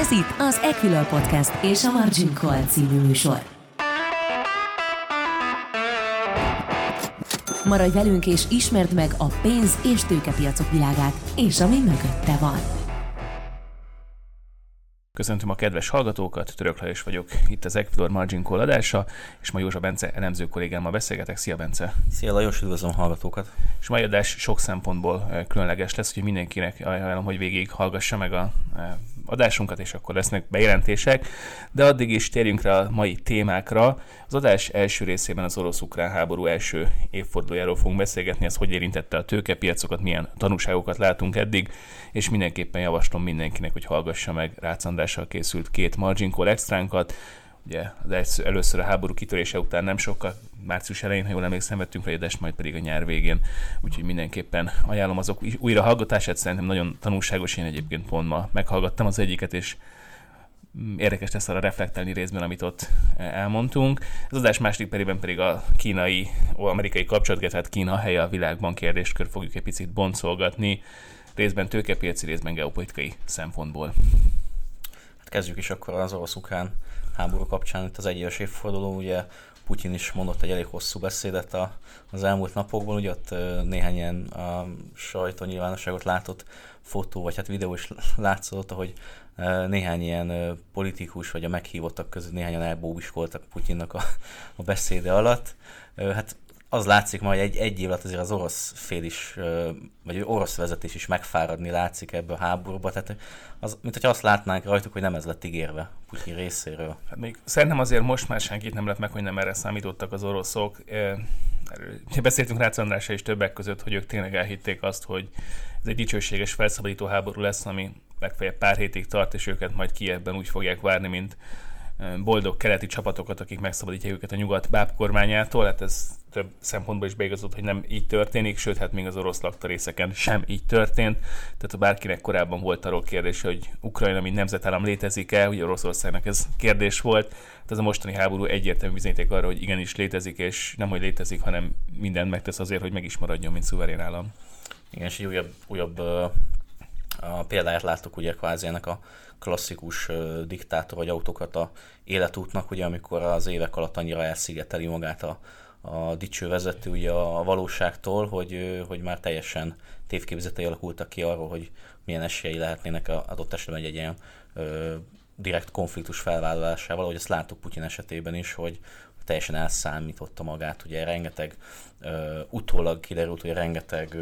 Ez itt az Equilor Podcast és a Margin Call című műsor. Maradj velünk és ismerd meg a pénz- és tőkepiacok világát, és ami mögötte van. Köszöntöm a kedves hallgatókat, Török Lajos vagyok, itt az Equilor Margin Call adása, és ma Józsa Bence elemző kollégámmal beszélgetek. Szia, Bence! Szia Lajos, üdvözlöm a hallgatókat! És mai adás sok szempontból különleges lesz, úgyhogy mindenkinek ajánlom, hogy végig hallgassa meg a adásunkat, és akkor lesznek bejelentések, de addig is térjünk rá a mai témákra. Az adás első részében az orosz-ukrán háború első évfordulójáról fogunk beszélgetni, ez hogy érintette a tőkepiacokat, milyen tanúságokat látunk eddig, és mindenképpen javaslom mindenkinek, hogy hallgassa meg Rácz Andrással készült 2 Margin Call extránkat. Ugye először a háború kitörése után nem sokkal, március elején, ha jól emlékszem, vettünk rá adást, majd pedig a nyár végén. Úgyhogy mindenképpen ajánlom azok újra hallgatását, szerintem nagyon tanulságos. Én egyébként pont ma meghallgattam az egyiket, és érdekes lesz arra reflektálni részben, amit ott elmondtunk. Az adás második perében pedig a kínai-amerikai kapcsolat, tehát Kína helye a világban kérdéskör fogjuk egy picit boncolgatni, részben tőkepiaci, részben geopolitikai szempontból. Kezdjük is akkor az orosz-ukrán háború kapcsán, itt az egyéves évforduló, ugye Putyin is mondott egy elég hosszú beszédet az elmúlt napokban, ugye ott néhány ilyen sajtónyilvánosságot látott fotó, vagy hát videó is látszott, ahogy néhány ilyen politikus, vagy a meghívottak között néhányan elbóbiskoltak Putyinnak a beszéde alatt. Hát az látszik majd egy év alatt azért az orosz fél is, vagy orosz vezetés is megfáradni látszik ebbe a háborúba, tehát mint hogyha azt látnánk rajtuk, hogy nem ez lett ígérve Putyin részéről. Hát még szerintem azért most már senkit nem lett meg, hogy nem erre számítottak az oroszok. Beszéltünk Rácz Andrással is többek között, hogy ők tényleg elhitték azt, hogy ez egy dicsőséges felszabadító háború lesz, ami legfeljebb pár hétig tart, és őket majd Kijevben úgy fogják várni, mint boldog keleti csapatokat, akik megszabadítják őket a nyugat bábkormányától. Hát ez több szempontból is beigazolódott, hogy nem így történik, sőt, hát még az orosz lakta részeken sem így történt. Tehát bárkinek korábban volt arról kérdése, hogy Ukrajna mint nemzetállam létezik-e, ugye Oroszországnak ez kérdés volt. Tehát ez a mostani háború egyértelmű bizonyíték arra, hogy igenis létezik, és nem hogy létezik, hanem mindent megtesz azért, hogy meg is maradjon, mint szuverén állam. Igen, és egy újabb a példáját láttuk ugye kvázi ennek a klasszikus diktátor vagy autokrata életútnak, ugye amikor az évek alatt annyira elszigeteli magát a dicső vezető ugye a valóságtól, hogy már teljesen tévképzetei alakultak ki arról, hogy milyen esélyei lehetnének adott esetben egy ilyen direkt konfliktus felvállalásával, ahogy ezt láttuk Putyin esetében is, hogy teljesen elszámította magát, ugye rengeteg utólag kiderült, hogy rengeteg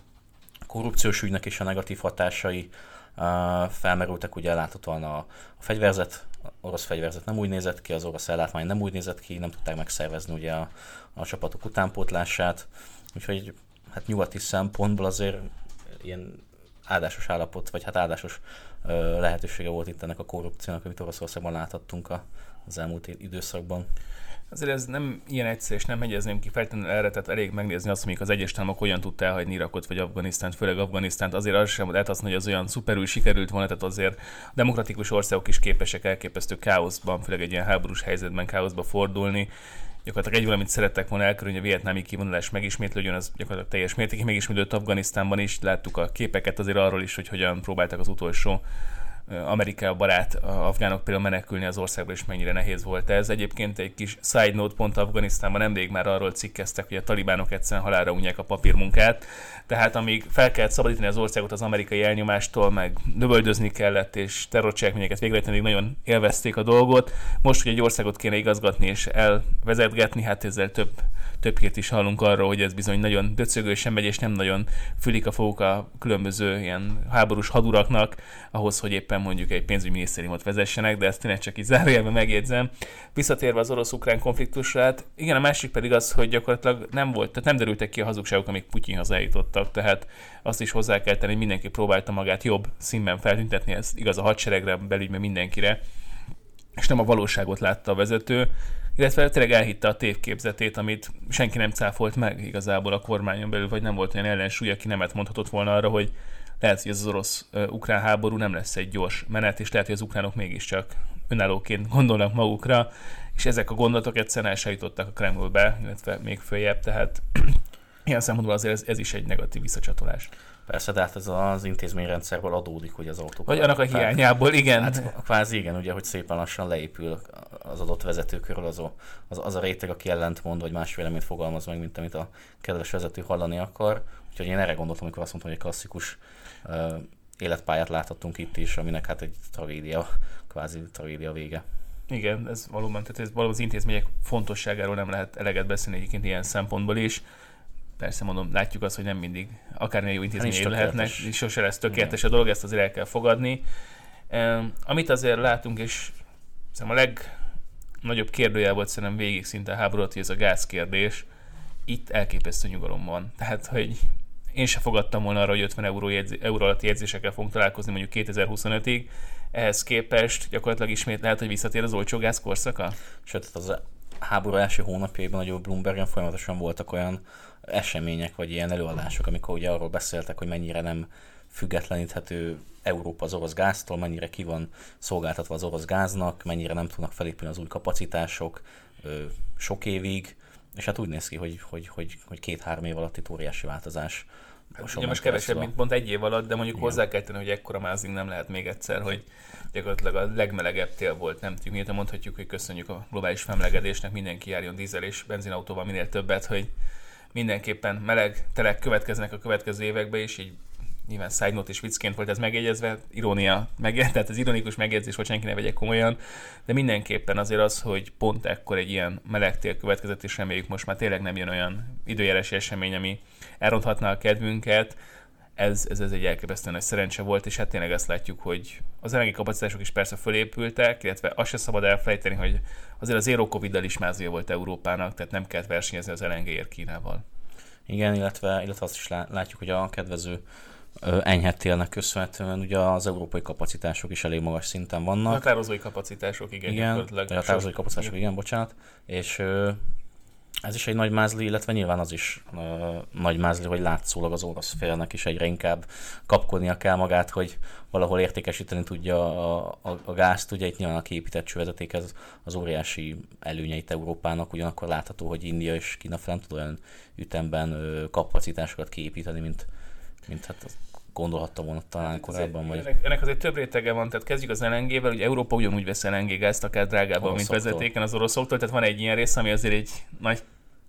korrupciós ügynek is a negatív hatásai felmerültek, ugye láthatóan a fegyverzet, orosz fegyverzet nem úgy nézett ki, az orosz ellátmány nem úgy nézett ki, nem tudták megszervezni ugye a csapatok utánpótlását, úgyhogy hát nyugati szempontból azért ilyen áldásos állapot, vagy hát áldásos lehetősége volt itt ennek a korrupciónak, amit Oroszországban láthattunk az elmúlt időszakban. Azért ez nem ilyen egyszerű, és nem hegyezném ki feltétlenül erre, tehát elég megnézni azt, hogy az egyes államok hogyan tudta elhagyni Irakot vagy Afganisztánt, főleg Afganisztánt, azért az sem lehet azt, hogy az olyan szuperül sikerült volna, tehát azért a demokratikus országok is képesek elképesztő káoszban, főleg egy ilyen háborús helyzetben káoszba fordulni. Gyakorlatilag egy valamit szerettek volna elkerülni, hogy a vietnámi kivonulás megismétlődjön, az gyakorlatilag teljes mértékig megismétlődött Afganisztánban is, láttuk a képeket azért arról is, hogy hogyan próbáltak az utolsó Amerika barát afgánok például menekülni az országból, és mennyire nehéz volt ez. Egyébként egy kis side note, pont Afganisztánban nemrég már arról cikkeztek, hogy a talibánok egyszerűen halálra unják a papírmunkát. Tehát amíg fel kellett szabadítani az országot az amerikai elnyomástól, meg lövöldözni kellett, és terrorcselekményeket végrehajtani, nagyon élvezték a dolgot. Most, hogy egy országot kéne igazgatni és elvezetgetni, hát ezzel több hírt is hallunk arról, hogy ez bizony nagyon döcögősen megy, és nem nagyon fülik a foguk a különböző ilyen háborús haduraknak, ahhoz, hogy éppen mondjuk egy pénzügyminisztériumot vezessenek, de ezt tényleg csak így zárójelben megjegyzem. Visszatérve az orosz-ukrán konfliktusra, hát igen, a másik pedig az, hogy gyakorlatilag nem derültek ki a hazugságok, amik Putyinhoz eljutottak, tehát azt is hozzá kell tenni, hogy mindenki próbálta magát jobb színben feltüntetni, ez igaz a hadseregre, belügyben mindenkire, és nem a valóságot látta a vezető, illetve tényleg elhitte a tévképzetét, amit senki nem cáfolt meg igazából a kormányon belül, vagy nem volt olyan ellensúly, aki nemet mondhatott volna arra, hogy lehet, hogy ez az orosz-ukrán háború nem lesz egy gyors menet, és lehet, hogy az ukránok mégiscsak önállóként gondolnak magukra, és ezek a gondolatok egyszerűen elsajítottak a Kremlbe, illetve még följebb, tehát Ilyen szempontból azért ez is egy negatív visszacsatolás. Persze, de hát ez az intézményrendszerből adódik, hogy az autók. Vagy annak a hiányából, igen. Hát kvázi igen, ugye, hogy szépen lassan leépül az adott vezető körül az a réteg, aki ellentmond, vagy más véleményt fogalmaz meg, mint amit a kedves vezető hallani akar. Úgyhogy én erre gondoltam, amikor azt mondtam, hogy egy klasszikus életpályát láthattunk itt is, aminek hát egy tragédia, kvázi tragédia vége. Igen, ez valóban az intézmények fontosságáról nem lehet eleget beszélni egyébként ilyen szempontból is. Persze mondom, látjuk azt, hogy nem mindig akármilyen jó intézményei lehetnek, és sose lesz tökéletes a dolog, ezt azért el kell fogadni. Amit azért látunk, és szerintem a legnagyobb kérdőjel volt szerintem végig szinte a háború, hogy ez a gázkérdés, itt elképesztő nyugalom van. Tehát, hogy én se fogadtam volna arra, hogy 50 euró alatti jegyzésekkel fogunk találkozni mondjuk 2025-ig. Ehhez képest gyakorlatilag ismét lehet, hogy visszatér az olcsó gáz korszaka? Sőt, az háború első hónapjaiban a Bloombergen folyamatosan voltak olyan események, vagy ilyen előadások, amikor ugye arról beszéltek, hogy mennyire nem függetleníthető Európa az orosz gáztól, mennyire ki van szolgáltatva az orosz gáznak, mennyire nem tudnak felépülni az új kapacitások sok évig, és hát úgy néz ki, hogy 2-3 év alatt itt óriási változás. Ugye most kevesebb, mint pont egy év alatt, de mondjuk hozzá kell tenni, hogy ekkora mázing nem lehet még egyszer, hogy gyakorlatilag a legmelegebb tél volt, nem tudjuk, miért mondhatjuk, hogy köszönjük a globális felmelegedésnek, mindenki járjon dízel és benzinautóval minél többet, hogy mindenképpen meleg telek következnek a következő években, és így nyilván side note és viccként volt ez megjegyezve, irónia, tehát ez ironikus megjegyzés volt, senki ne vegye komolyan, de mindenképpen azért az, hogy pont ekkor egy ilyen meleg tél következett, és reméljük most már tényleg nem jön olyan időjárási esemény, ami elronthatná a kedvünket, ez egy elképesztően nagy szerencse volt, és hát tényleg azt látjuk, hogy az LNG kapacitások is persze fölépültek, illetve azt se szabad elfelejteni, hogy azért az Zero Covid-dal is mázolja volt Európának, tehát nem kellett versenyezni az LNG-ért Kínával. Igen, illetve azt is látjuk, hogy a kedvező enyhe télnek köszönhetően ugye az európai kapacitások is elég magas szinten vannak. A tározói kapacitások, igen. A tározói kapacitások, igen, bocsánat. És ez is egy nagy mázli, illetve nyilván az is nagy mázli, hogy látszólag az orosz félnek is egyre inkább kapkodnia kell magát, hogy valahol értékesíteni tudja a gázt. Ugye itt nyilván a kiépített csővezeték az óriási előnyeit Európának, ugyanakkor látható, hogy India és Kína fel nem tud olyan ütemben kapacitásokat kiépíteni, mint hát gondolhattam volna talán korábban. Vagy... Ennek azért több rétege van, tehát kezdjük az LNG-vel, ugye Európa ugyanúgy vesz LNG gázt, akár drágában, mint vezetéken az oroszoktól, tehát van egy ilyen rész, ami azért egy nagy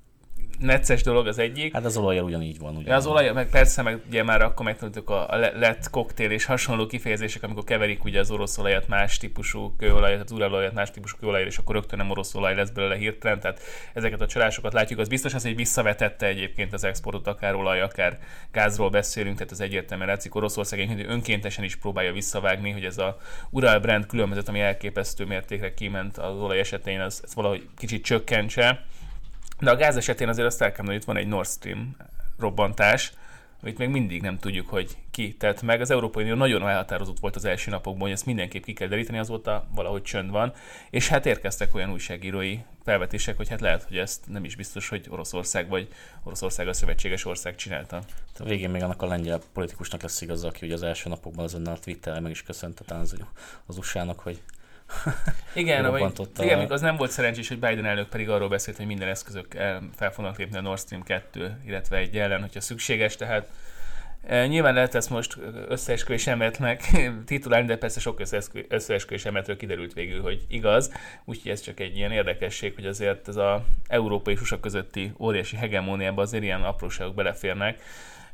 necces dolog az egyik. Hát az olajjal ugyanígy van. Ja, az olaj, meg persze, meg ugye már akkor megtanultuk a lett koktél és hasonló kifejezések, amikor keverik ugye az orosz olajat más típusú kőolajat, az uralolajat más típusú kőolajat, és akkor rögtön nem orosz olaj lesz belőle hirtelen, tehát ezeket a csalásokat látjuk. Az biztos az, hogy visszavetette egyébként az exportot, akár olaj, akár gázról beszélünk, tehát az egyértelműen látszik. Oroszország önkéntesen is próbálja visszavágni, hogy ez a Ural brand különbözet, ami elképesztő mértékre kiment az olaj esetén, ez valahogy kicsit csökkentse. De a gáz esetén azért azt el kell mondani, hogy itt van egy Nord Stream robbantás, amit még mindig nem tudjuk, hogy ki tett meg. Az Európai Unió nagyon elhatározott volt az első napokban, hogy ezt mindenképp ki kell deríteni, azóta valahogy csönd van, és hát érkeztek olyan újságírói felvetések, hogy hát lehet, hogy ezt nem is biztos, hogy Oroszország vagy Oroszország a szövetséges ország csinálta. A végén még annak a lengyel politikusnak lesz igaza, aki ugye az első napokban azonnal Twitterrel meg is köszöntette az USA-nak, hogy igen, az nem volt szerencsés, hogy Biden elnök pedig arról beszélt, hogy minden eszközök fel fognak lépni a Nord Stream 2, illetve egy ellen, hogyha szükséges, tehát nyilván lehet ezt most összeesküvés elméletnek titulálni, de persze sok összeesküvés elméletről kiderült végül, hogy igaz, úgyhogy ez csak egy ilyen érdekesség, hogy azért ez az Európa és USA közötti óriási hegemóniában azért ilyen apróságok beleférnek.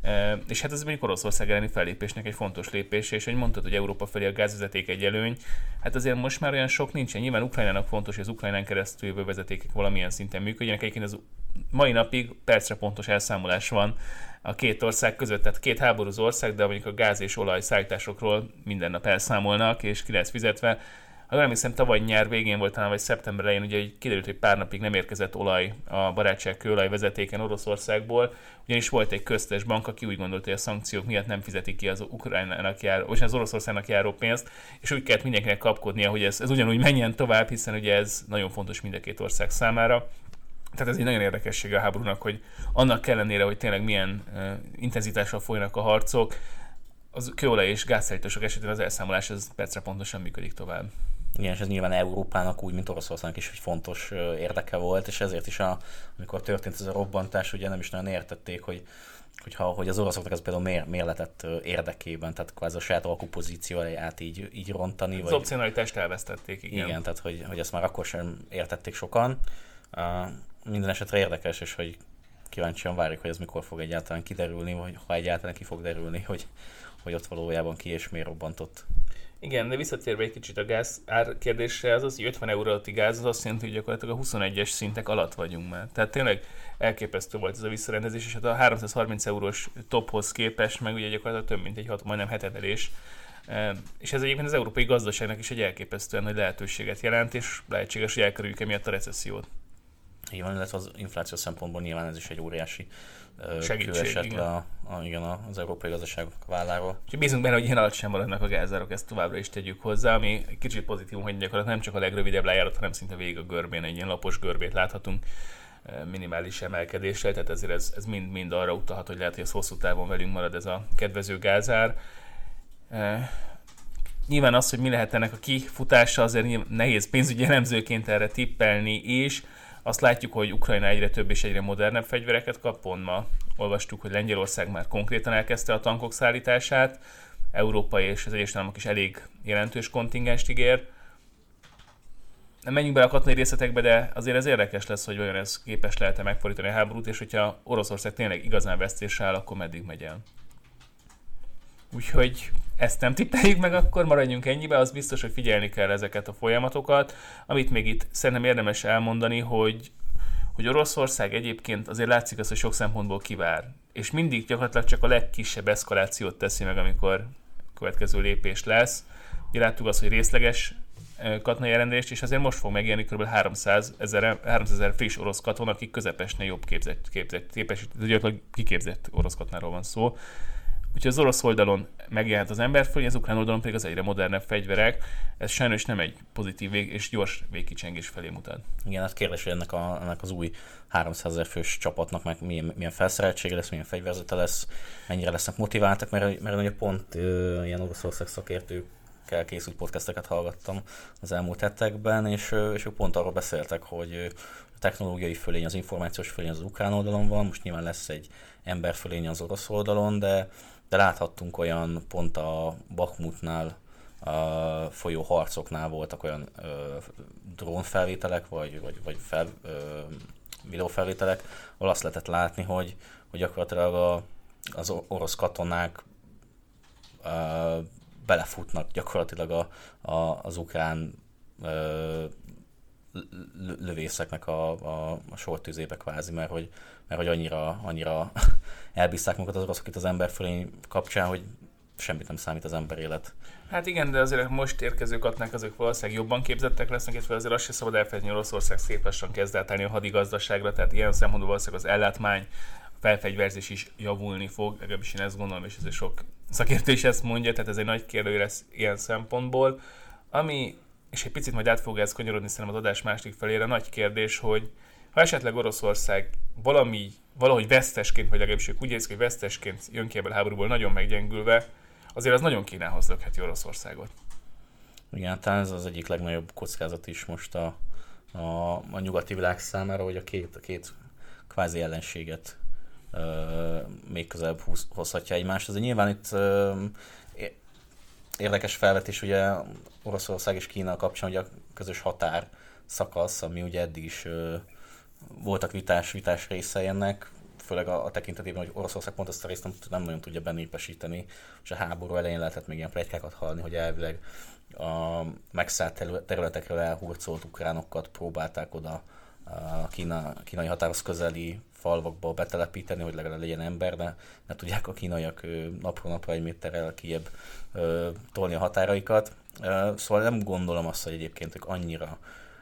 És hát ez mondjuk Oroszország elleni fellépésnek egy fontos lépés, és hogy mondtad, hogy Európa felé a gázvezeték egy előny, hát azért most már olyan sok nincsen. Nyilván Ukrajnának fontos, hogy az Ukrajnán keresztül jövő vezetékek valamilyen szinten működjenek. Egyébként az mai napig percre pontos elszámolás van a két ország között, tehát két háborús ország, de mondjuk a gáz és olaj szállításokról minden nap elszámolnak, és ki lesz fizetve. Ha nem hiszem, tavaly nyár végén volt talán, vagy szeptember elején, ugye kiderült, hogy pár napig nem érkezett olaj a barátság kőolaj vezetéken Oroszországból, ugyanis volt egy köztes bank, aki úgy gondolta, hogy a szankciók miatt nem fizetik ki az Ukrajnának járó, vagy az Oroszországnak járó pénzt, és úgy kellett mindenkinek kapkodnia, hogy ez ugyanúgy menjen tovább, hiszen ugye ez nagyon fontos mind a két ország számára. Tehát ez egy nagyon érdekessége a háborúnak, hogy annak ellenére, hogy tényleg milyen intenzitással folynak a harcok, az kőolaj és gázszállítások esetén az elszámolás ez percre pontosan működik tovább. Igen, és ez nyilván Európának úgy, mint Oroszországnak is egy fontos érdeke volt, és ezért is, amikor történt ez a robbantás, ugye nem is nagyon értették, hogy az oroszoknak ez például miért letett érdekében, tehát kvázi a saját alkupozícióját így rontani. Az opcionalitást elvesztették, igen. Igen, tehát hogy ezt már akkor sem értették sokan. Minden esetre érdekes, és hogy kíváncsian várjuk, hogy ez mikor fog egyáltalán kiderülni, vagy ha egyáltalán ki fog derülni, hogy ott valójában ki és miért robbantott. Igen, de visszatérve egy kicsit a gáz árkérdésre, az, hogy 50 euró alatti gáz, az azt jelenti, hogy gyakorlatilag a 21-es szintek alatt vagyunk már. Tehát tényleg elképesztő volt ez a visszarendezés, és hát a 330 eurós tophoz képest, meg ugye gyakorlatilag több mint egy majdnem hetedelés. És ez egyébként az európai gazdaságnak is egy elképesztően nagy lehetőséget jelent, és lehetséges, hogy elkerüljük emiatt a recessziót. Igen, illetve az infláció szempontból nyilván ez is egy óriási segítség, igen, az európai gazdaságok válláról. Úgyhogy bízunk benne, hogy ilyen alacsony maradnak a gázárok, ezt továbbra is tegyük hozzá, ami egy kicsit pozitívum, hogy gyakorlatilag nem csak a legrövidebb lejárat, hanem szinte végig a görbén egy ilyen lapos görbét láthatunk minimális emelkedéssel, tehát ezért ez mind arra utalhat, hogy lehet, hogy ez hosszú távon velünk marad ez a kedvező gázár. Nyilván az, hogy mi lehet ennek a kifutása, azért nehéz pénzügyi elemzőként erre tippelni, és azt látjuk, hogy Ukrajna egyre több és egyre modernebb fegyvereket kap. Pont ma olvastuk, hogy Lengyelország már konkrétan elkezdte a tankok szállítását, Európa és az Egyesült Államok is elég jelentős kontingenst ígér. Nem menjünk bele a katonai részletekbe, de azért ez érdekes lesz, hogy olyan ez képes lehet-e megfordítani a háborút, és hogyha Oroszország tényleg igazán vesztésre áll, akkor meddig megy el. Úgyhogy ezt nem tippeljük meg, akkor maradjunk ennyibe, az biztos, hogy figyelni kell ezeket a folyamatokat. Amit még itt szerintem érdemes elmondani, hogy Oroszország egyébként azért látszik az, hogy sok szempontból kivár. És mindig gyakorlatilag csak a legkisebb eszkalációt teszi meg, amikor következő lépés lesz. Ugye láttuk azt, hogy részleges katonai elrendelést, és azért most fog megjelenni kb. 300 000 friss orosz katona, akik közepesnél jobb gyakorlatilag kiképzett orosz katonáról van szó. Úgyhogy az orosz oldalon megjelent az emberfölény, az ukrán oldalon pedig az egyre modernebb fegyverek. Ez sajnos nem egy pozitív és gyors végkicsengés felé mutat. Igen, hát kérdés, hogy ennek az új 300 000 fős csapatnak meg milyen felszereltsége lesz, milyen fegyverzete lesz, mennyire lesznek motiváltak, mert ugye pont ilyen Oroszország szakértőkkel készült podcasteket hallgattam az elmúlt hetekben, és ők pont arról beszéltek, hogy a technológiai fölény, az információs fölény az ukrán oldalon van, most nyilván lesz egy emberfölény az orosz oldalon, de láthattunk olyan, pont a Bakhmutnál folyó harcoknál voltak olyan drónfelvételek, vagy videófelvételek, ahol azt lehetett látni, hogy gyakorlatilag az orosz katonák belefutnak gyakorlatilag az ukrán lövészeknek a sortűzébe kvázi, mert hogy annyira elbízták magukat az oroszok itt az emberfölény kapcsán, hogy semmit nem számít az emberélet. Hát igen, de azért most érkező katonák azok valószínűleg jobban képzettek lesznek, és azért azt sem szabad elfelejteni, hogy Oroszország szép lassan kezd átállni a hadigazdaságra, tehát ilyen szempontból valószínűleg az ellátmány, a felfegyverzés is javulni fog, legalábbis én ezt gondolom, és ez sok szakértő is ezt mondja, tehát ez egy nagy kérdő lesz ilyen szempontból. És egy picit majd át fog ez kanyarodni szerintem az adás másik felére, nagy kérdés, hogy ha esetleg Oroszország valahogy vesztesként, vagy legalábbis ők úgy érzik, hogy vesztesként jön ki ebből a háborúból nagyon meggyengülve, azért az nagyon Kínához lökheti Oroszországot. Igen, talán ez az egyik legnagyobb kockázat is most a nyugati világ számára, hogy a két kvázi ellenséget még közelebb hozhatja egymást. Azért nyilván itt érdekes felvetés ugye Oroszország és Kína kapcsán, hogy a közös határ szakasz, ami ugye eddig is voltak vitás részei ennek, főleg a tekintetében, hogy Oroszország pont ezt a részt nem nagyon tudja benépesíteni, és a háború elején lehetett még ilyen pletykákat hallani, hogy elvileg a megszállt területekről elhurcolt ukránokat próbálták oda a kínai határhoz közeli falvakba betelepíteni, hogy legalább legyen ember, de ne tudják a kínaiak napról napra egy méterrel kijebb tolni a határaikat. Szóval nem gondolom azt, hogy egyébként ők annyira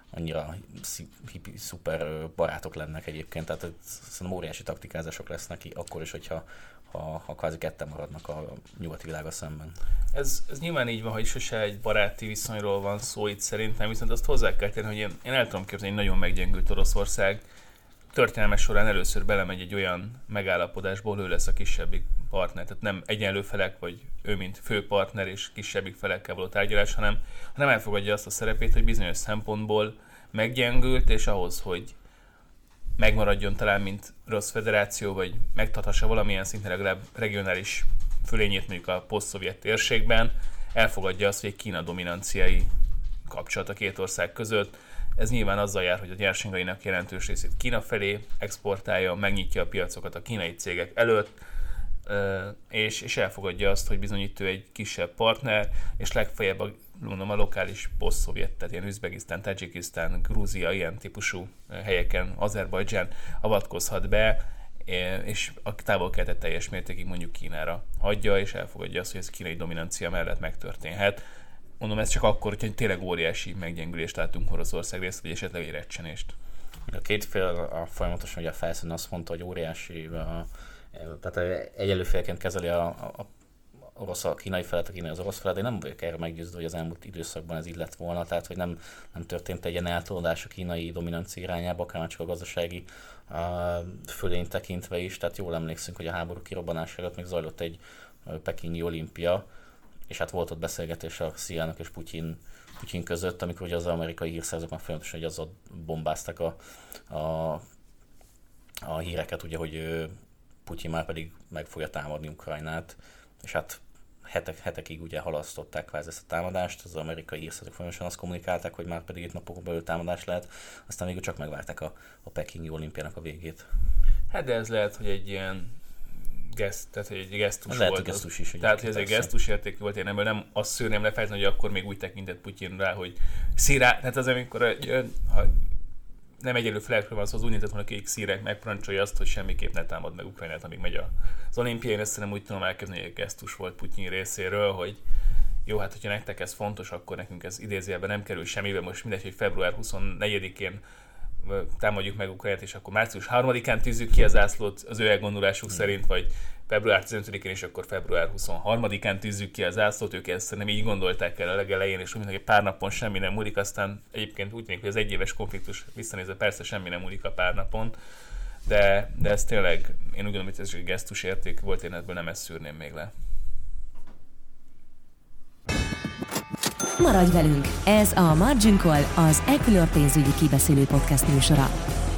szuper barátok lennek egyébként, tehát szerintem óriási taktikázások lesznek akkor is, hogyha kvázi ketten maradnak a nyugati világgal szemben. Ez nyilván így van, hogy sose egy baráti viszonyról van szó itt szerintem, viszont azt hozzá kell tenni, hogy én el tudom képzelni, hogy nagyon meggyengült Oroszország történelme során először belemegy egy olyan megállapodásból, ő lesz a kisebbik partner. Tehát nem egyenlő felek, vagy ő mint főpartner és kisebbik felekkel való tárgyalás, hanem elfogadja azt a szerepét, hogy bizonyos szempontból meggyengült, és ahhoz, hogy megmaradjon talán, mint rossz federáció, vagy megtarthassa valamilyen szinten legalább regionális fölényét mondjuk a poszt-szovjet térségben, elfogadja azt, hogy egy Kína dominanciai kapcsolat a két ország között. Ez nyilván azzal jár, hogy a nyersanyagainak jelentős részét Kína felé exportálja, megnyitja a piacokat a kínai cégek előtt, és elfogadja azt, hogy bizony itt ő egy kisebb partner, és legfeljebb a lokális poszt-szovjet, tehát ilyen Üzbegisztán, Tadzsikisztán, Grúzia, ilyen típusú helyeken, Azerbajdzsán avatkozhat be, és a távol-keletet teljes mértékig mondjuk Kínára hagyja, és elfogadja azt, hogy ez kínai dominancia mellett megtörténhet. Mondom, ez csak akkor, hogyha tényleg óriási meggyengülést látunk Oroszország részt, vagy esetleg egy recsenést. A két fél folyamatosan ugye a felszínen azt mondta, hogy óriási, tehát egyenlő félként kezeli a kínai felet, a kínai az orosz felet, de én nem vagyok erre meggyőződve, hogy az elmúlt időszakban ez így lett volna, tehát hogy nem történt egy ilyen eltolódás a kínai dominancia irányába, akár csak a gazdasági fölényt tekintve is, tehát jól emlékszünk, hogy a háború kirobbanása előtt még zajlott egy pekingi olimpia, és hát volt ott beszélgetés a Sziának és Putyin között, amikor ugye az amerikai hírszerzők már folyamatosan azzal bombáztak a híreket, ugye, hogy Putyin már pedig meg fogja támadni Ukrajnát, és hát hetekig ugye halasztották kvázi ezt a támadást, az amerikai hírszerzők folyamatosan azt kommunikálták, hogy már pedig itt napokon belül támadás lehet, aztán végül csak megvárták a pekingi olimpiának a végét. Hát de ez lehet, hogy egy ilyen tehát egy gesztus lehet, volt. Gesztus is, tehát, hogy ez egy gesztus értékű volt, én ebből nem azt szűrném lefelejteni, hogy akkor még úgy tekintett Putyin rá, hogy szírá, tehát az, amikor ha nem egyenlő felekről van szó, az úgy nézett volna, hogy szírek megparancsolja azt, hogy semmiképp ne támad meg Ukrajnát, amíg megy az olimpiai. Én ezt nem úgy tudom elkezdeni, hogy egy gesztus volt Putyin részéről, hogy jó, hát hogyha nektek ez fontos, akkor nekünk ez idézőjelben nem kerül semmibe. Most mindegy, hogy február 24-én támadjuk meg Ukrajnát, és akkor március 3-án tűzzük ki a zászlót az ő elgondolásuk szerint, vagy február 15-én, és akkor február 23-án tűzzük ki a zászlót. Ők ezt nem így gondolták el a legelején, és úgy, hogy egy pár napon semmi nem múlik, aztán egyébként úgy tűnik, hogy az egyéves konfliktus visszanézve persze semmi nem múlik a pár napon, de ez tényleg, én úgy gondolom, hogy ez egy gesztus érték volt, én ebből nem ezt szűrném még le. Maradj velünk! Ez a Margin Call, az Equilor pénzügyi kibeszélő podcast műsora.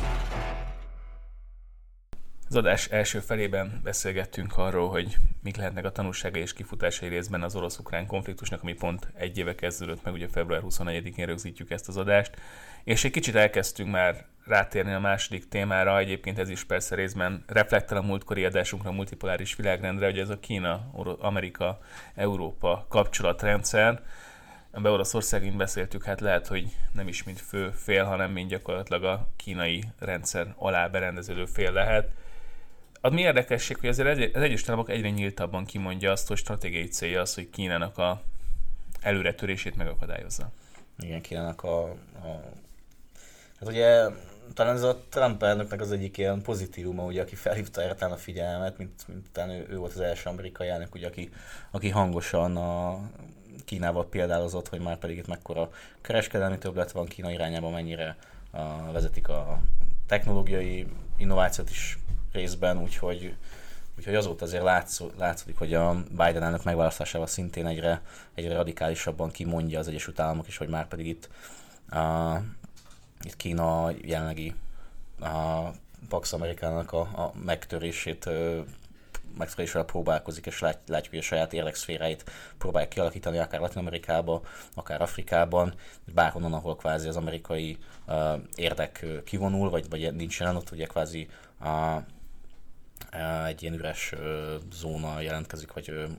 Az adás első felében beszélgettünk arról, hogy mik lehetnek a tanulságai és kifutásai részben az orosz-ukrán konfliktusnak, ami pont egy éve kezdődött meg, ugye február 24-én rögzítjük ezt az adást, és egy kicsit elkezdtünk már rátérni a második témára, egyébként ez is persze részben reflektál a múltkori adásunkra, a multipoláris világrendre, hogy ez a Kína, Amerika, Európa kapcsolatrendszer, amiben Oroszországint beszéltük, hát lehet, hogy nem is mint fő fél, hanem mint gyakorlatilag a kínai rendszer alá berendeződő fél lehet. Az mi érdekesség, hogy azért az Egyesült Államok egyre nyíltabban kimondja azt, hogy stratégiai célja az, hogy Kínának a előretörését megakadályozza. Igen, Kínának hát ugye talán ez a Trump elnöknek az egyik ilyen pozitívuma, ugye, aki felhívta erre a figyelmet, mint ő volt az első amerikai elnök, ugye, aki hangosan Kínával példálozott, hogy már pedig itt mekkora kereskedelmi többlet van Kína irányában, mennyire vezetik a technológiai innovációt is részben, úgyhogy azóta azért látszódik, hogy a Biden elnök megválasztásával szintén egyre radikálisabban kimondja az Egyesült Államok is, hogy már pedig itt Kína jelenlegi Pax Amerikának a megtörésével próbálkozik, és látjuk, hogy a saját érdekszféráit próbálják kialakítani, akár Latin-Amerikában, akár Afrikában, bárhonnan, ahol kvázi az amerikai érdek kivonul, vagy nincs jelen, ott ugye kvázi egy ilyen üres zóna jelentkezik, vagy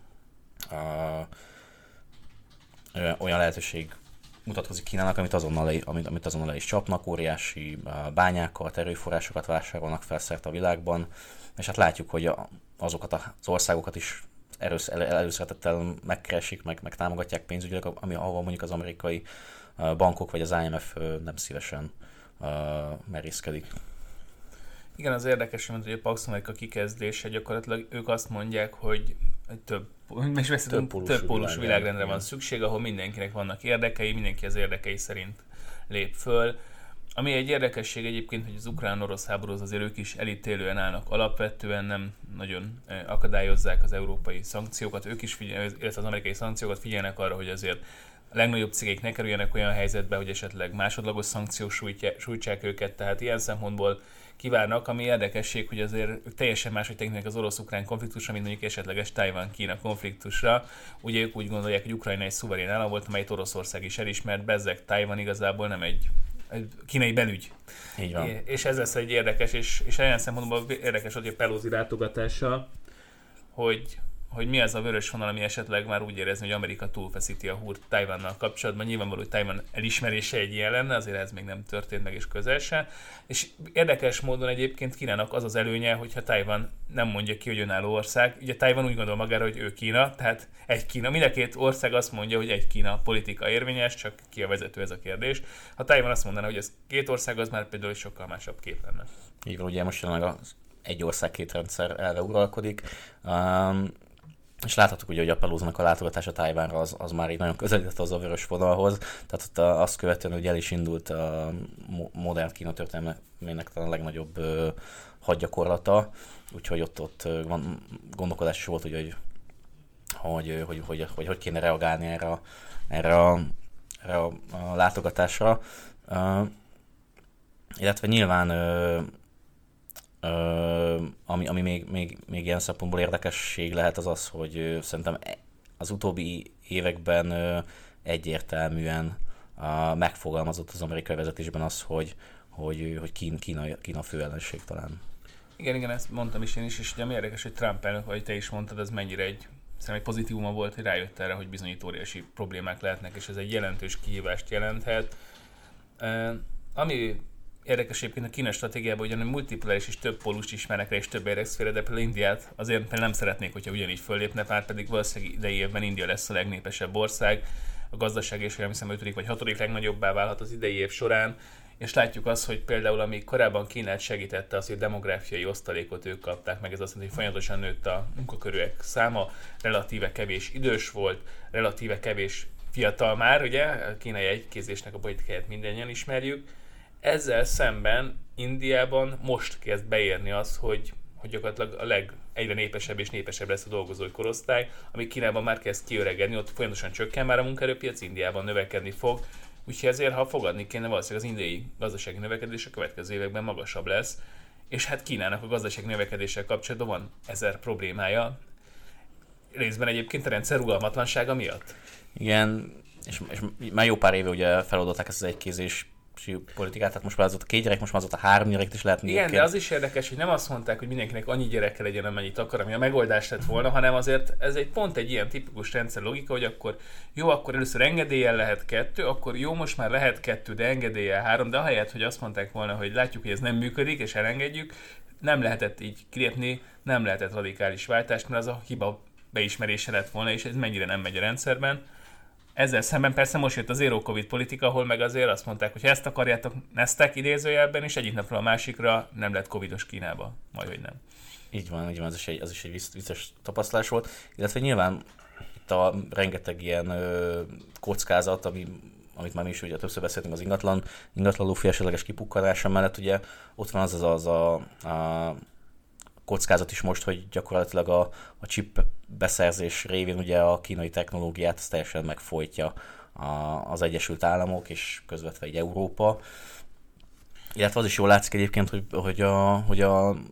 olyan lehetőség mutatkozik Kínának, amit azonnal le is csapnak, óriási bányákat, erőforrásokat vásárolnak fel szerte a világban, és hát látjuk, hogy azokat az országokat is előszeretettel megkeresik, meg támogatják pénzügyileg, ahol mondjuk az amerikai bankok vagy az IMF nem szívesen merészkedik. Igen, az érdekes, hogy a Pax Amerika kikezdése gyakorlatilag ők azt mondják, hogy több pólus világrendre van szükség, ahol mindenkinek vannak érdekei, mindenki az érdekei szerint lép föl. Ami egy érdekesség egyébként, hogy az ukrán-orosz háborúhoz azért ők is elítélően állnak alapvetően, nem nagyon akadályozzák az európai szankciókat, ők is illetve az amerikai szankciókat, figyelnek arra, hogy azért a legnagyobb cégek ne kerüljenek olyan helyzetbe, hogy esetleg másodlagos szankciók sújtsák őket, tehát ilyen szempontból kivárnak, ami érdekesség, hogy azért ők teljesen máshogy tekintenek az orosz-ukrán konfliktusra, mint mondjuk esetleges Tajvan-Kína konfliktusra. Ugye ők úgy gondolják, hogy Ukrajna egy szuverén állam volt, amelyet Oroszország is elismert, bezzeg Tajvan igazából nem egy kínai belügy. Így van. És ez lesz egy érdekes, és olyan szempontból érdekes, hogy a Pelosi látogatása, hogy mi az a vörös vonal, ami esetleg már úgy érezni, hogy Amerika túlfeszíti a húrt Tajvannal kapcsolatban. Nyilvánvaló, hogy Tajvan elismerése egy ilyen lenne, azért ez még nem történt meg, és közel se. És érdekes módon egyébként Kínának az az előnye, hogyha Tajvan nem mondja ki, hogy önálló ország. Ugye Tajvan úgy gondol magára, hogy ő Kína, tehát egy Kína. Mind a két ország azt mondja, hogy egy Kína politika érvényes, csak ki a vezető, ez a kérdés. Ha Tajvan azt mondaná, hogy ez két ország, az már például sokkal másabb kép lenne. Így van, ugye most jelenleg az egy ország két rendszer elve uralkodik. És láthatjuk ugye, hogy a Pelosinak a látogatása Tajvánra az már így nagyon közelített az a vörös vonalhoz, tehát ott azt követően, hogy el is indult a modern Kína történelmének a legnagyobb hadgyakorlata, úgyhogy ott gondolkodás is volt, hogy kéne reagálni erre a látogatásra. Illetve nyilván ami még ilyen szempontból érdekesség lehet az, hogy szerintem az utóbbi években egyértelműen megfogalmazott az amerikai vezetésben az, hogy Kína fő ellenség talán. Igen, ezt mondtam is én is, és ugye ami érdekes, hogy Trump elnök, ahogy te is mondtad, ez mennyire egy pozitívuma volt, hogy rájött erre, hogy bizony óriási problémák lehetnek, és ez egy jelentős kihívást jelenthet. Ami érdekes egyébként a Kína stratégiában, ugyan multipoláris és több pólust ismernek rá, és több érdekszféra, de például Indiát azért például nem szeretnék, hogyha ugyanígy föllépne, már pedig valószínűleg idei évben India lesz a legnépesebb ország, a gazdaság és olyan hiszem 5. vagy 6. legnagyobbá válhat az idei év során, és látjuk azt, hogy például ami korábban Kínát segítette az, hogy a demográfiai osztalékot ők kapták meg, ez azt jelenti, hogy folyamatosan nőtt a munkakörűek száma, relatíve kevés idős volt, relatíve kevés fiatal már, ugye, a kínai egykézésnek a politikáját mindannyian ismerjük. Ezzel szemben Indiában most kezd beérni az, hogy gyakorlatilag egyre népesebb és népesebb lesz a dolgozói korosztály, ami Kínában már kezd kiöregedni, ott folyamatosan csökken már a munkaerőpiac, Indiában növekedni fog, úgyhogy ezért, ha fogadni kéne, valószínűleg az indiai gazdasági növekedés a következő években magasabb lesz, és hát Kínának a gazdasági növekedéssel kapcsolatban van 1000 problémája, részben egyébként a rendszer rugalmatlansága miatt. Igen, és már jó pár éve ugye feloldották ezt az egykézés politikát, tehát most már az ott a 2 gyerek, most már az ott a 3 gyerek is lehetni. Igen, de az is érdekes, hogy nem azt mondták, hogy mindenkinek annyi gyereke legyen, amennyit akar, ami a megoldás lett volna, hanem azért ez pont egy ilyen tipikus rendszer logika, hogy akkor először engedéllyel lehet 2, akkor jó, most már lehet 2, de engedéllyel 3, de ahelyett, hogy azt mondták volna, hogy látjuk, hogy ez nem működik, és elengedjük, nem lehetett így kilépni, nem lehetett radikális váltást, mert az a hiba beismerése lett volna, és ez mennyire nem megy a rendszerben. Ezzel szemben persze most jött a zero covid politika, ahol meg azért azt mondták, hogy ha ezt akarjátok, neztek idézőjelben, és egyik napról a másikra nem lett covidos Kínába, majdhogy nem. Így van, az is egy vicces tapasztalás volt, illetve nyilván itt a rengeteg ilyen kockázat, amit már mi is ugye többször beszéltünk az ingatlan lófi esetleges kipukkanása mellett, ugye ott van az a kockázat is most, hogy gyakorlatilag a chip beszerzés révén ugye a kínai technológiát teljesen megfojtja az Egyesült Államok és közvetve egy Európa. Illetve az is jól látszik egyébként, hogy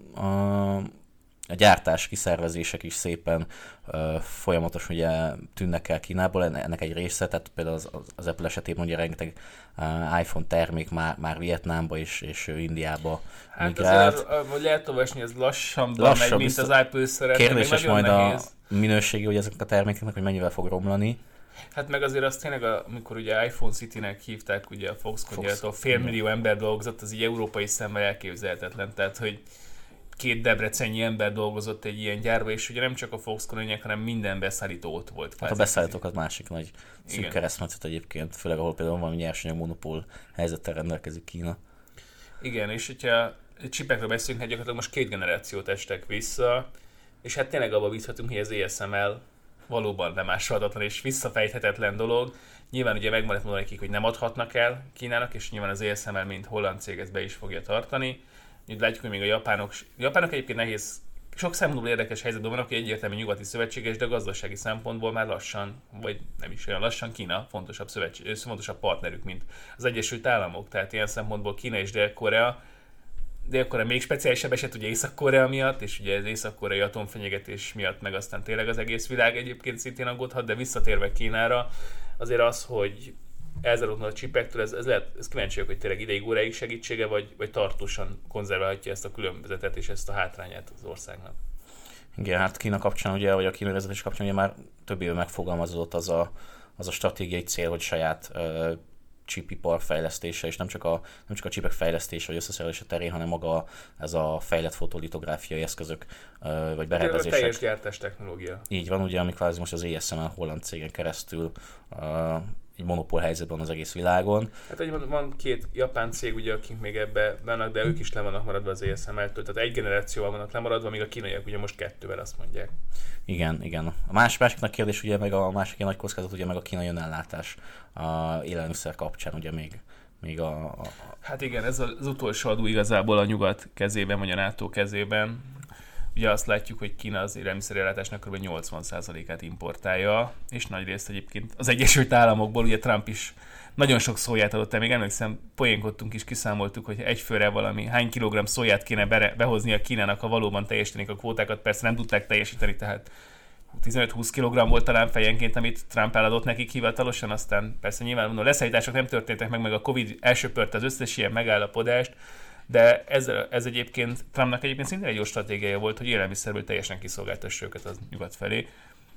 a gyártás kiszervezések is szépen folyamatosan ugye tűnnek el Kínából, ennek egy része, tehát például az Apple esetében ugye rengeteg iPhone termék már Vietnámba és Indiába migrált. Hát azért, hogy lehet olvasni, ez lassabban megy, mint az Apple szeretne. Kérdéses majd nehéz. A minősége hogy ezeknek a termékeknek, hogy mennyivel fog romlani. Hát meg azért azt tényleg, amikor ugye iPhone City-nek hívták ugye a Foxconn-tól, 500 000 ember dolgozott, az így európai szemmel elképzelhetetlen, tehát hogy 2 debreceni ember dolgozott egy ilyen gyárba, és ugye nem csak a Foxconn-ények, hanem minden beszállító ott volt. Hát a beszállítók az másik nagy szűk keresztmetszet egyébként, főleg ahol például valami nyersanyag monopól helyzettel rendelkezik Kína. Igen, és hogyha csipekről beszélünk, hát gyakorlatilag most 2 generációt estek vissza, és hát tényleg abba bízhatunk, hogy az ASML valóban lemásolhatatlan és visszafejthetetlen dolog. Nyilván ugye meg lehet mondani nekik, hogy nem adhatnak el Kínának, és nyilván az ASML, mint holland cég, ezt be is fogja tartani. Úgy látjuk, hogy még a japánok egyébként nehéz, sok szempontból érdekes helyzetben vannak, hogy egyértelmű nyugati szövetséges, de a gazdasági szempontból már lassan, vagy nem is olyan lassan, Kína fontosabb partnerük, mint az Egyesült Államok. Tehát ilyen szempontból Kína és Dél-Korea még speciálisabb eset ugye Észak-Korea miatt, és ugye az észak-koreai atomfenyegetés miatt meg aztán tényleg az egész világ egyébként szintén aggódhat, de visszatérve Kínára, azért az, hogy elzárulna a csipektől, ez kíváncsiak, hogy tényleg ideig, óráig segítsége, vagy tartósan konzerválhatja ezt a különbözetet és ezt a hátrányát az országnak. Igen, hát Kína kapcsán ugye, vagy a kínai vezetés kapcsán ugye már több éve megfogalmazódott az a stratégiai cél, hogy saját csipipar fejlesztése, és nem csak a csipek fejlesztése vagy összeszerelése terén, hanem maga ez a fejlett fotolitográfiai eszközök vagy berendezések. A teljes gyártás technológia. Így van, ugye, ami kvázi most az ASML holland cégen keresztül egy monopól helyzetben az egész világon. Hát van két japán cég, ugye, akik még ebbe vannak, de ők is le vannak maradva az ASML-től, tehát egy generációval vannak lemaradva, míg a kínaiak ugye most 2-vel azt mondják. Igen. A másiknak kérdés ugye meg a másik nagy kockázat ugye meg a kínai önellátás a élelmiszer kapcsán ugye még Hát igen, ez az utolsó adó igazából a nyugat kezében, vagy a NATO kezében. Ugye azt látjuk, hogy Kína az élelmiszerellátásnak kb. 80%-át importálja, és nagyrészt egyébként az Egyesült Államokból, ugye Trump is nagyon sok szóját adott el, még emlékszem, poénkodtunk is, kiszámoltuk, hogy egyfőre valami hány kilogramm szóját kéne behozni a Kínának, ha valóban teljesítenék a kvótákat, persze nem tudták teljesíteni, tehát 15-20 kg volt talán fejenként, amit Trump eladott nekik hivatalosan, aztán persze nyilván leszállítások nem történtek meg a Covid elsöpörte az összes ilyen megállapodást, de ez egyébként Trumpnak egyébként szintén egy jó stratégiája volt, hogy élelmiszerből teljesen kiszolgáltassa őket az nyugat felé.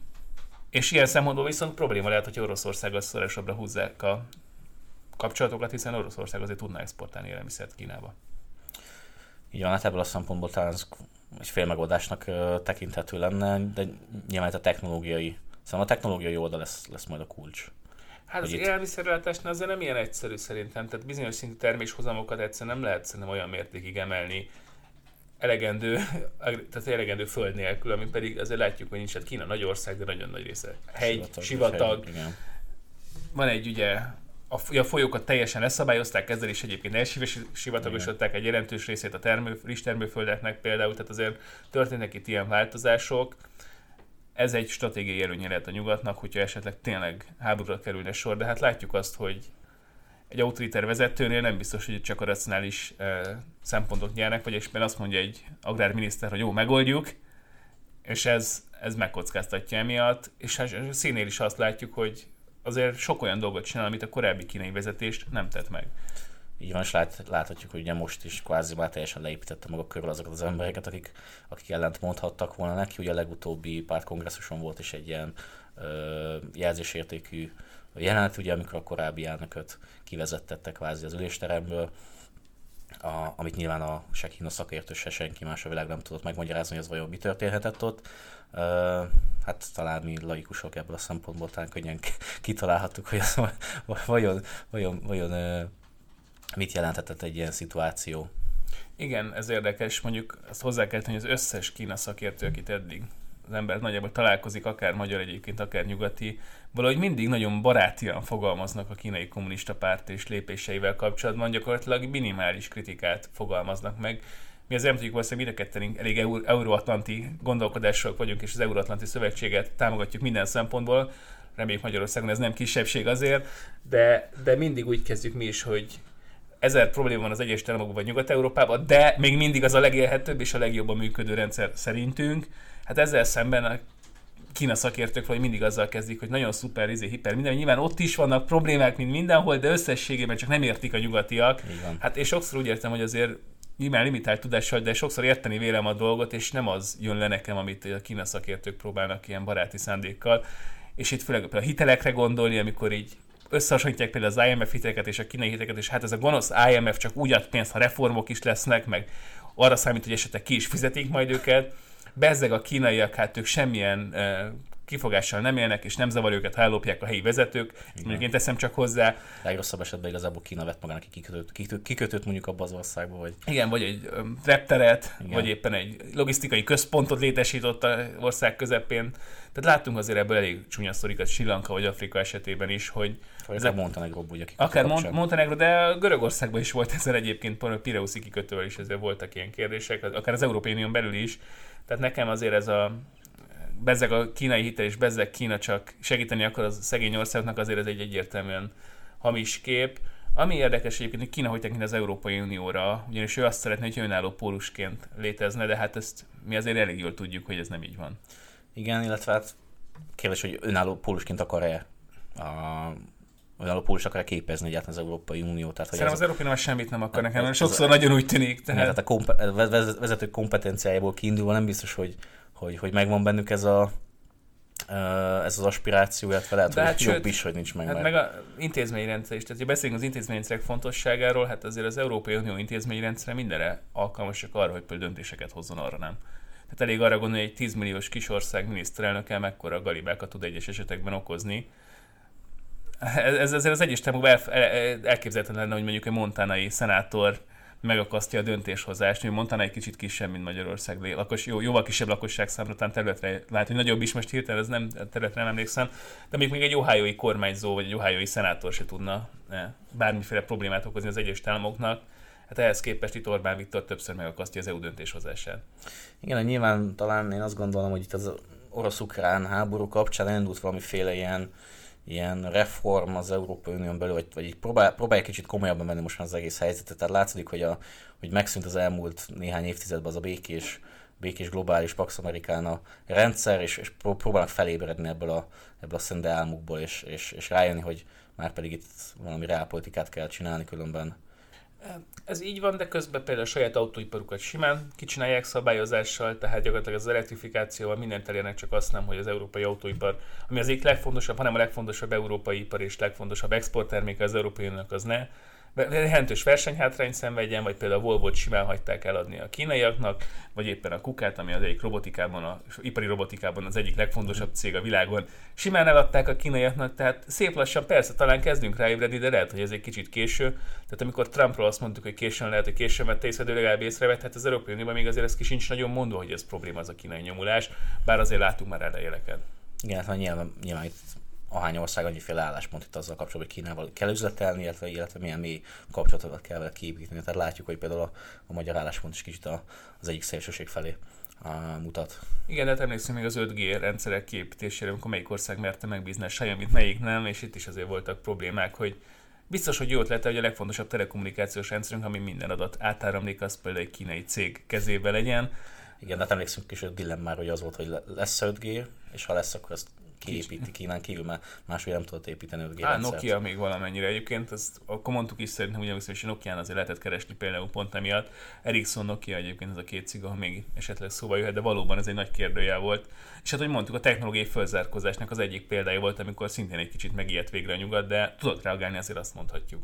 És ilyen szempontból viszont probléma lehet, hogy Oroszországgal szorosabbra húzzák a kapcsolatokat, hiszen Oroszország azért tudná exportálni élelmiszert Kínába. Így van, hát ebből a szempontból talán ez egy félmegoldásnak tekinthető lenne, de nyilván a technológiai oldal lesz majd a kulcs. Hát az élelmiszerellátásnál azért nem ilyen egyszerű szerintem, tehát bizonyos szintű terméshozamokat egyszerűen nem lehet szerintem olyan mértékig emelni elegendő föld nélkül, ami pedig azért látjuk, hogy nincs, hát Kína nagy ország, de nagyon nagy része hegy, sivatag. Van egy ugye, a folyókat teljesen leszabályozták, ezzel is egyébként elsivatagosodták egy jelentős részét a rizstermőföldeknek például, tehát azért történnek itt ilyen változások. Ez egy stratégiai előnye lehet a nyugatnak, hogyha esetleg tényleg háborúra kerülne sor, de hát látjuk azt, hogy egy autoriter vezetőnél nem biztos, hogy csak a racionális szempontok nyernek, vagy éppen azt mondja egy agrárminiszter, hogy jó, megoldjuk, és ez megkockáztatja emiatt, és a színnél is azt látjuk, hogy azért sok olyan dolgot csinál, amit a korábbi kínai vezetést nem tett meg. Így van, és láthatjuk, hogy ugye most is kvázi már teljesen leépítette maga körül azokat az embereket, akik ellent mondhattak volna neki. Ugye a legutóbbi pártkongresszuson volt is egy ilyen jelzésértékű jelenet, ugye, amikor a korábbi elnököt kivezettettek kvázi az ülésteremből, amit nyilván se Kína szakértő, se senki más a világ nem tudott megmagyarázni, hogy ez vajon mi történhetett ott. Hát talán mi laikusok ebből a szempontból talán könnyen kitalálhattuk, hogy ez vajon mit jelenthetett egy ilyen szituáció. Igen, ez érdekes, mondjuk azt hozzá kell tenni, hogy az összes Kína szakértő, akit eddig az ember nagyjából találkozik, akár magyar egyébként, akár nyugati, valahogy mindig nagyon barátian fogalmaznak a kínai kommunista párt és lépéseivel kapcsolatban, gyakorlatilag minimális kritikát fogalmaznak meg. Mi azért nem tudjuk, valószínűleg mind a ketten elég euróatlanti gondolkodással vagyunk, és az Euróatlanti Szövetséget támogatjuk minden szempontból. Reméljük Magyarországon ez nem kisebbség azért, de mindig úgy kezdjük mi is, hogy 1000 probléma van az Egyesült Államokban vagy Nyugat-Európában, de még mindig az a legélhetőbb és a legjobban működő rendszer szerintünk. Hát ezzel szemben a Kína szakértők vagy mindig azzal kezdik, hogy nagyon szuper, hiper, minden. Nyilván ott is vannak problémák, mint mindenhol, de összességében csak nem értik a nyugatiak. Hát és sokszor úgy értem, hogy azért nyilván limitált tudással, de sokszor érteni vélem a dolgot, és nem az jön le nekem, amit a Kína szakértők próbálnak ilyen baráti szándékkal. És itt főleg a hitelekre gondolni, amikor így összehasonlítják például az IMF hiteleket és a kínai hiteleket, és hát ez a gonosz IMF csak úgy ad pénzt, ha reformok is lesznek, meg arra számít, hogy esetleg ki is fizetik majd őket. Bezzeg a kínaiak, hát ők semmilyen kifogással nem élnek, és nem zavar őket, ha ellopják a helyi vezetők. Mondjuk én teszem csak hozzá. Legrosszabb esetben igazából Kína vett magának kikötőt mondjuk abban az országban, vagy... Igen, vagy egy repteret, vagy éppen egy logisztikai központot létesített az ország közepén. Tehát láttunk azért ebből elég csúnya sztorikat Sri Lanka vagy Afrika esetében is, hogy... Akár Montenegro, ugye akár Montenegro, de Görögországban is volt ezzel egyébként, Pireuszi kikötővel is ezzel voltak ilyen kérdések, akár az Európai Unión belül is. Tehát nekem azért ez a bezzeg a kínai hitel és bezzeg Kína csak segíteni akar az szegény országnak, azért ez egy egyértelműen hamis kép. Ami érdekes egyébként, hogy Kína hogy tekint az Európai Unióra, ugyanis ő azt szeretné, hogy önálló pólusként létezne, de hát ezt mi azért elég jól tudjuk, hogy ez nem így van. Igen, illetve hát kérdés, hogy önálló pólusként akar-e önálló pólus akar képezni egyáltalán az Európai Unió. Tehát, szerintem az Európai Unió semmit nem akar nekem, mert sokszor nagyon úgy tűnik. Tehát a vezetők kompetenciájából kiindulva nem biztos, hogy megvan bennük ez az aspiráció, illetve lehet, hogy hát jobb is, hogy nincs meg. Hát meg az intézményrendszer is. Tehát, ha beszélünk az intézményrendszerek fontosságáról, hát azért az Európai Unió intézményrendszere mindenre alkalmas, csak arra, hogy például döntéseket hozzon, arra nem. Tehát elég arra gondolni, hogy egy 10 milliós kisország miniszterelnöke mekkora galibákat tud egyes esetekben okozni. Ez azért az egyes támokban elképzelhetetlen lenne, hogy mondjuk egy montanai szenátor megakasztja a döntéshozást, hogy Montana egy kicsit kisebb, mint Magyarország, jóval kisebb lakosságszámra, talán területre lehet, hogy nagyobb is, most hirtelen ez nem területre nem emlékszem, de még egy ohiói kormányzó vagy egy ohiói szenátor se tudna bármiféle problémát okozni az egyes államoknak. Hát ehhez képest itt Orbán Viktor többször megakasztja az EU döntéshozását. Igen, nyilván talán én azt gondolom, hogy itt az orosz-ukrán háború kapcsán elindult valamiféle ilyen reform az Európai Unión belül, vagy így próbálja kicsit komolyabban menni most már az egész helyzetet. Tehát látszik, hogy megszűnt az elmúlt néhány évtizedben az a békés globális Pax Americana rendszer, és próbálnak felébredni ebből a szende álmukból, és rájönni, hogy már pedig itt valami reálpolitikát kell csinálni, különben. Ez így van, de közben például a saját autóiparukat simán kicsinálják szabályozással, tehát gyakorlatilag az elektrifikációval mindent elérnek, csak azt nem, hogy az európai autóipar, ami az egyik legfontosabb, hanem a legfontosabb európai ipar és legfontosabb exportterméke az Európai Uniónak, az ne jelentős versenyhátrányt szenvedjen, vagy például a Volvót simán hagyták eladni a kínaiaknak, vagy éppen a Kukát, ami az egyik robotikában, az ipari robotikában az egyik legfontosabb cég a világon, simán eladták a kínaiaknak, tehát szép lassan persze talán kezdünk ráébredni, de lehet, hogy ez egy kicsit késő. Tehát amikor Trumpról azt mondtuk, hogy későn lehet, hogy későn vette észre, de legalább észrevett, hát az Európai Unióban még azért ez ki sincs nagyon mondva, hogy ez probléma az a kínai nyomulás, bár azért látunk már elejéleket. Igen, hát nyilván itt ahány ország annyiféle álláspont itt azzal kapcsolatban, hogy Kínával kell üzletelni, illetve milyen mély kapcsolatokat kell vele kiépíteni. Tehát látjuk, hogy például a magyar álláspont is kicsit az egyik szélsőség felé mutat. Igen, de emlékszem még az 5G rendszerek kiépítésére, amikor melyik ország merte megbízni a Xiaomit, melyik nem, és itt is azért voltak problémák, hogy biztos, hogy jó ötlet, hogy a legfontosabb telekommunikációs rendszerünk, ami minden adat átáramlik, az például egy kínai cég kezébe legyen. Igen, de hát emlékszünk is, hogy a dilemmára, hogy az volt, hogy lesz 5G, és ha lesz, akkor ezt kiépíti Kínán kívül, mert máshogy nem tudott építeni 5G rendszert. Nokia még valamennyire egyébként, akkor mondtuk is szerintem, ugyanúgy, hogy Nokián azért lehetett keresni például pont emiatt. Ericsson, Nokia egyébként ez a két cég, ahol még esetleg szóba jöhet, de valóban ez egy nagy kérdőjel volt. És hát, hogy mondtuk, a technológiai fölzárkózásnak az egyik példája volt, amikor szintén egy kicsit megijedt végre a nyugat, de tudott reagálni, azért azt mondhatjuk.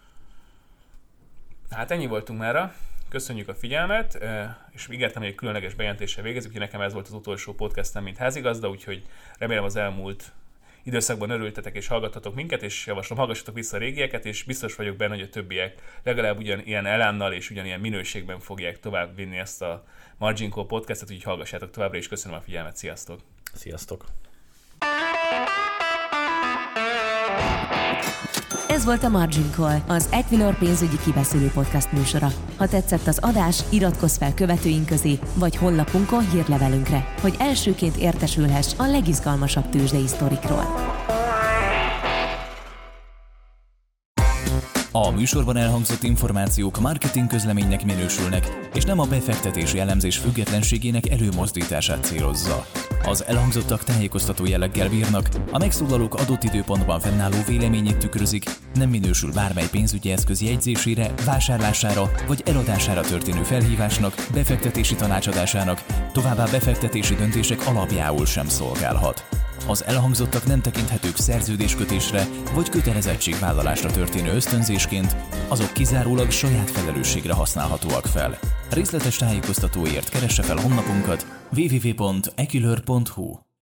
Hát ennyi voltunk mára. Köszönjük a figyelmet, és ígértem, hogy egy különleges bejelentéssel végezzük, hogy nekem ez volt az utolsó podcastem, mint házigazda, úgyhogy remélem az elmúlt időszakban örültetek és hallgattatok minket, és javaslom, hallgassatok vissza a régieket, és biztos vagyok benne, hogy a többiek legalább ugyanilyen elánnal és ugyanilyen minőségben fogják tovább vinni ezt a Margin Call podcastet, úgyhogy hallgassátok továbbra, és köszönöm a figyelmet, sziasztok! Sziasztok! Ez volt a Margin Call, az Equilor pénzügyi kibeszélő podcast műsora. Ha tetszett az adás, iratkozz fel követőink közé, vagy honlapunkon hírlevelünkre, hogy elsőként értesülhess a legizgalmasabb tőzsdei sztorikról. A műsorban elhangzott információk marketing közleménynek minősülnek, és nem a befektetési elemzés függetlenségének előmozdítását célozza. Az elhangzottak tájékoztató jelleggel bírnak, a megszólalók adott időpontban fennálló véleményét tükrözik, nem minősül bármely pénzügyi eszköz jegyzésére, vásárlására vagy eladására történő felhívásnak, befektetési tanácsadásának, továbbá befektetési döntések alapjául sem szolgálhat. Az elhangzottak nem tekinthetők szerződéskötésre vagy kötelezettségvállalásra történő ösztönzésként, azok kizárólag saját felelősségre használhatóak fel. Részletes tájékoztatóért keresse fel honlapunkat www.equilor.hu.